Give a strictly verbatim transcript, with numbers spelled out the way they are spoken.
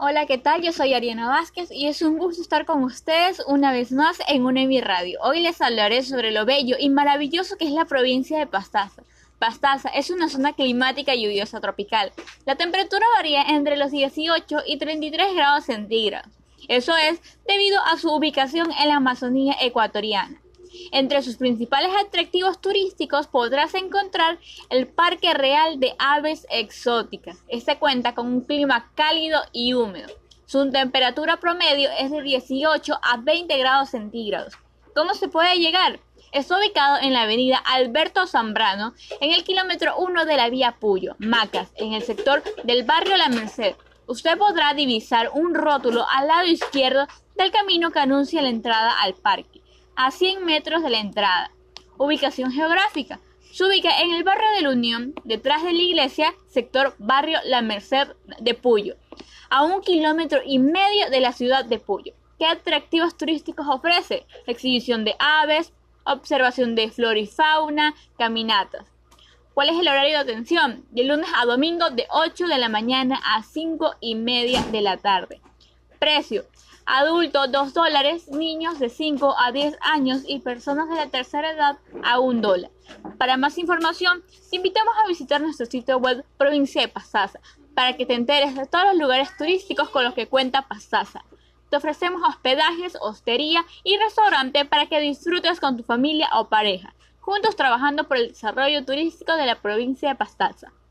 Hola, ¿qué tal? Yo soy Ariana Vázquez y es un gusto estar con ustedes una vez más en UNEMI Radio. Hoy les hablaré sobre lo bello y maravilloso que es la provincia de Pastaza. Pastaza es una zona climática lluviosa tropical. La temperatura varía entre los dieciocho y treinta y tres grados centígrados. Eso es debido a su ubicación en la Amazonía ecuatoriana. Entre sus principales atractivos turísticos podrás encontrar el Parque Real de Aves Exóticas. Este cuenta con un clima cálido y húmedo. Su temperatura promedio es de dieciocho a veinte grados centígrados. ¿Cómo se puede llegar? Está ubicado en la avenida Alberto Zambrano, en el kilómetro uno de la vía Puyo, Macas, en el sector del barrio La Merced. Usted podrá divisar un rótulo al lado izquierdo del camino que anuncia la entrada al parque, a cien metros de la entrada. Ubicación geográfica. Se ubica en el barrio de la Unión, detrás de la iglesia, sector barrio La Merced de Puyo, a un kilómetro y medio de la ciudad de Puyo. ¿Qué atractivos turísticos ofrece? Exhibición de aves, observación de flora y fauna, caminatas. ¿Cuál es el horario de atención? De lunes a domingo de ocho de la mañana a cinco y media de la tarde. Precio. Adulto dos dólares, niños de cinco a diez años y personas de la tercera edad a un dólar. Para más información, te invitamos a visitar nuestro sitio web Provincia de Pastaza para que te enteres de todos los lugares turísticos con los que cuenta Pastaza. Te ofrecemos hospedajes, hostería y restaurante para que disfrutes con tu familia o pareja, juntos trabajando por el desarrollo turístico de la provincia de Pastaza.